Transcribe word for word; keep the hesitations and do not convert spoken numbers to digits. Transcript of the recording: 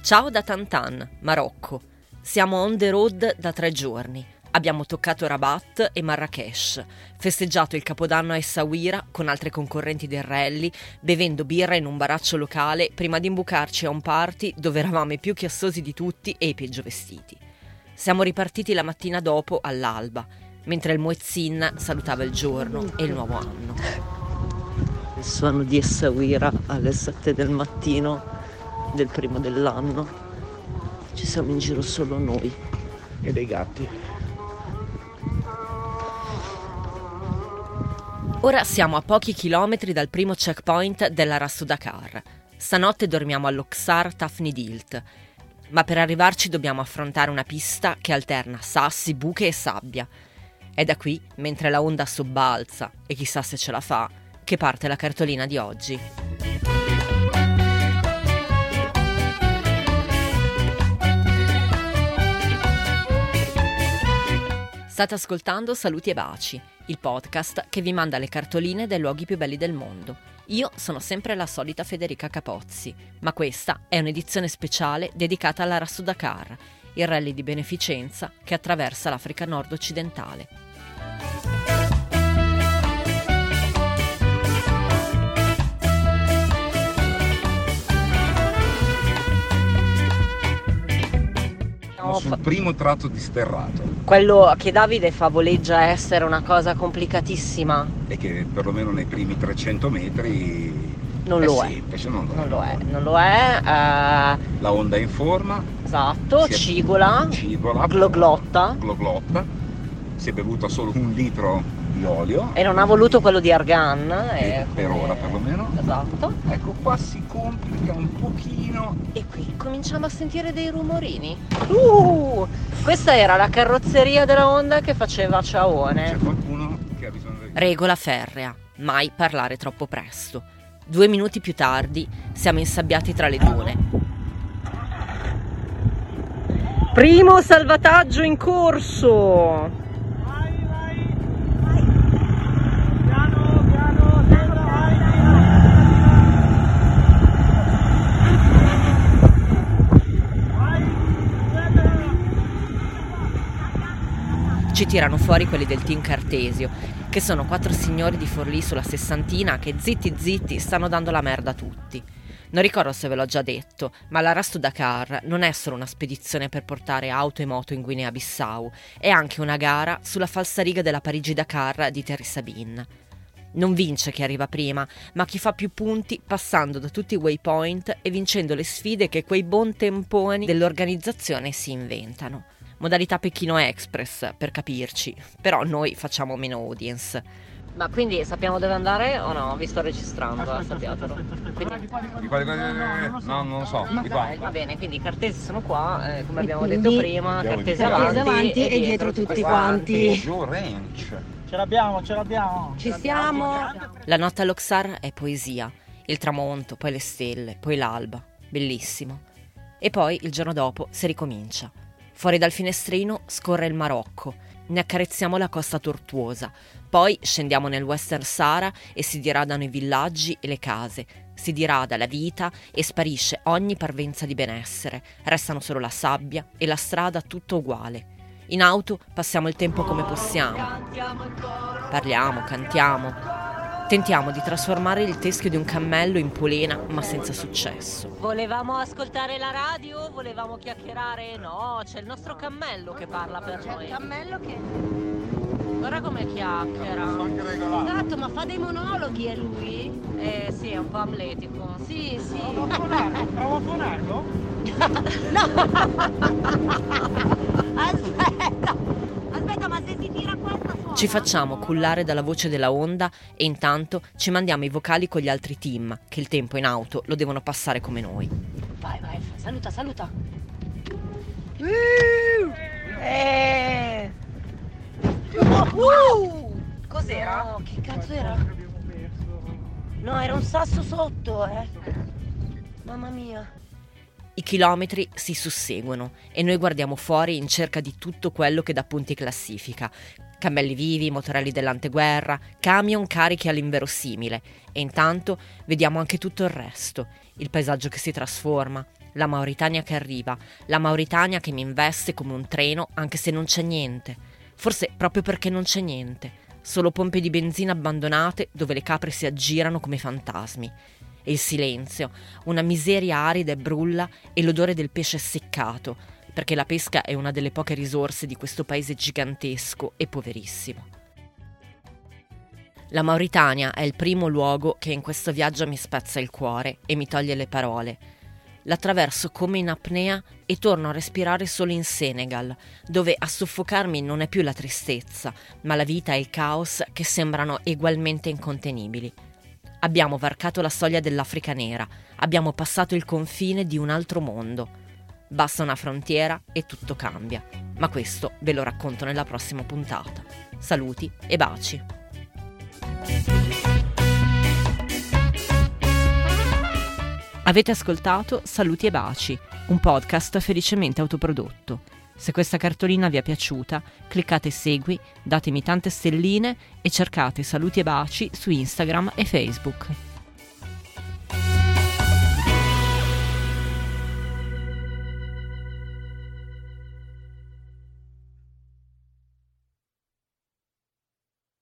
Ciao da Tantan, Marocco. Siamo on the road da tre giorni. Abbiamo toccato Rabat e Marrakech, festeggiato il Capodanno a Essaouira con altre concorrenti del rally, bevendo birra in un baraccio locale prima di imbucarci a un party dove eravamo i più chiassosi di tutti e i peggio vestiti. Siamo ripartiti la mattina dopo all'alba, mentre il muezzin salutava il giorno e il nuovo anno. Il suono di Essaouira alle sette del mattino del primo dell'anno. Ci siamo in giro solo noi. E dei gatti. Ora siamo a pochi chilometri dal primo checkpoint della Ras Dakar. Stanotte dormiamo all'Oxar Tafnidilt, ma per arrivarci dobbiamo affrontare una pista che alterna sassi, buche e sabbia. È da qui, mentre la onda sobbalza, e chissà se ce la fa, che parte la cartolina di oggi. State ascoltando Saluti e Baci, il podcast che vi manda le cartoline dei luoghi più belli del mondo. Io sono sempre la solita Federica Capozzi, ma questa è un'edizione speciale dedicata alla Ras Dakar, il rally di beneficenza che attraversa l'Africa nord-occidentale. Sul primo tratto di sterrato. Quello che Davide favoleggia essere una cosa complicatissima. E che perlomeno nei primi trecento metri non è lo è. semplice, non lo non è. lo è, non lo è. Eh, La onda è in forma. esatto, si è- cigola, cigola, gloglotta. gloglotta. Si è bevuta solo un litro di olio. E non ha voluto quello di argan. Eh, e per come- ora perlomeno. Esatto. Ecco, qua si complica un pochino. E qui cominciamo a sentire dei rumorini. Uh, questa era la carrozzeria della Honda che faceva C'è ciaone. qualcuno che ha bisogno di... Regola ferrea, mai parlare troppo presto. Due minuti più tardi siamo insabbiati tra le dune. Primo salvataggio in corso! Ci tirano fuori quelli del Team Cartesio, che sono quattro signori di Forlì sulla sessantina che zitti zitti stanno dando la merda a tutti. Non ricordo se ve l'ho già detto, ma la Ras Dakar non è solo una spedizione per portare auto e moto in Guinea-Bissau, è anche una gara sulla falsariga della Parigi-Dakar di Terry Sabine. Non vince chi arriva prima, ma chi fa più punti passando da tutti i waypoint e vincendo le sfide che quei buontemponi dell'organizzazione si inventano. Modalità Pechino Express, per capirci, però noi facciamo meno audience. Ma quindi sappiamo dove andare o no? Vi sto registrando, eh, sappiatelo. Quindi... Di qua, di qua, di qua. No, non lo so, di qua. Va bene, quindi i cartesi sono qua, eh, come E abbiamo quindi detto prima, andiamo cartesi di qua. avanti, Cartesi avanti e dietro tutti quanti. Peugeot Ranch. Ce l'abbiamo, ce l'abbiamo. Ci siamo. La notte all'Oxar è poesia, il tramonto, poi le stelle, poi l'alba, bellissimo. E poi il giorno dopo si ricomincia. Fuori dal finestrino scorre il Marocco, ne accarezziamo la costa tortuosa, poi scendiamo nel Western Sahara e si diradano i villaggi e le case, si dirada la vita e sparisce ogni parvenza di benessere, restano solo la sabbia e la strada tutto uguale. In auto passiamo il tempo come possiamo, parliamo, cantiamo. Tentiamo di trasformare il teschio di un cammello in polena, ma senza successo. Volevamo ascoltare la radio? Volevamo chiacchierare? No, c'è il nostro cammello che parla per C'è noi. il cammello che... Guarda come chiacchiera. Esatto, ma fa dei monologhi, è lui? Eh sì, è un po' amletico. Sì, sì. Provo a suonarlo? Aspetta. Aspetta, ma se si tira questa suona. Ci facciamo cullare dalla voce della Honda e intanto ci mandiamo i vocali con gli altri team, che il tempo in auto lo devono passare come noi. Vai, vai, saluta, saluta. Uh, eh. Uh, Cos'era? No, che cazzo era? No, era un sasso sotto, eh. Mamma mia. I chilometri si susseguono e noi guardiamo fuori in cerca di tutto quello che dà punti classifica. Cammelli vivi, motorelli dell'anteguerra, camion carichi all'inverosimile. E intanto vediamo anche tutto il resto. Il paesaggio che si trasforma, la Mauritania che arriva, la Mauritania che mi investe come un treno anche se non c'è niente, forse proprio perché non c'è niente, solo pompe di benzina abbandonate dove le capre si aggirano come fantasmi. E il silenzio, una miseria arida e brulla e l'odore del pesce seccato, perché la pesca è una delle poche risorse di questo paese gigantesco e poverissimo. La Mauritania è il primo luogo che in questo viaggio mi spezza il cuore e mi toglie le parole. L'attraverso come in apnea e torno a respirare solo in Senegal, dove a soffocarmi non è più la tristezza, ma la vita e il caos che sembrano egualmente incontenibili. Abbiamo varcato la soglia dell'Africa nera, abbiamo passato il confine di un altro mondo. Basta una frontiera e tutto cambia, ma questo ve lo racconto nella prossima puntata. Saluti e baci! Avete ascoltato Saluti e Baci, un podcast felicemente autoprodotto. Se questa cartolina vi è piaciuta, cliccate segui, datemi tante stelline e cercate Saluti e Baci su Instagram e Facebook.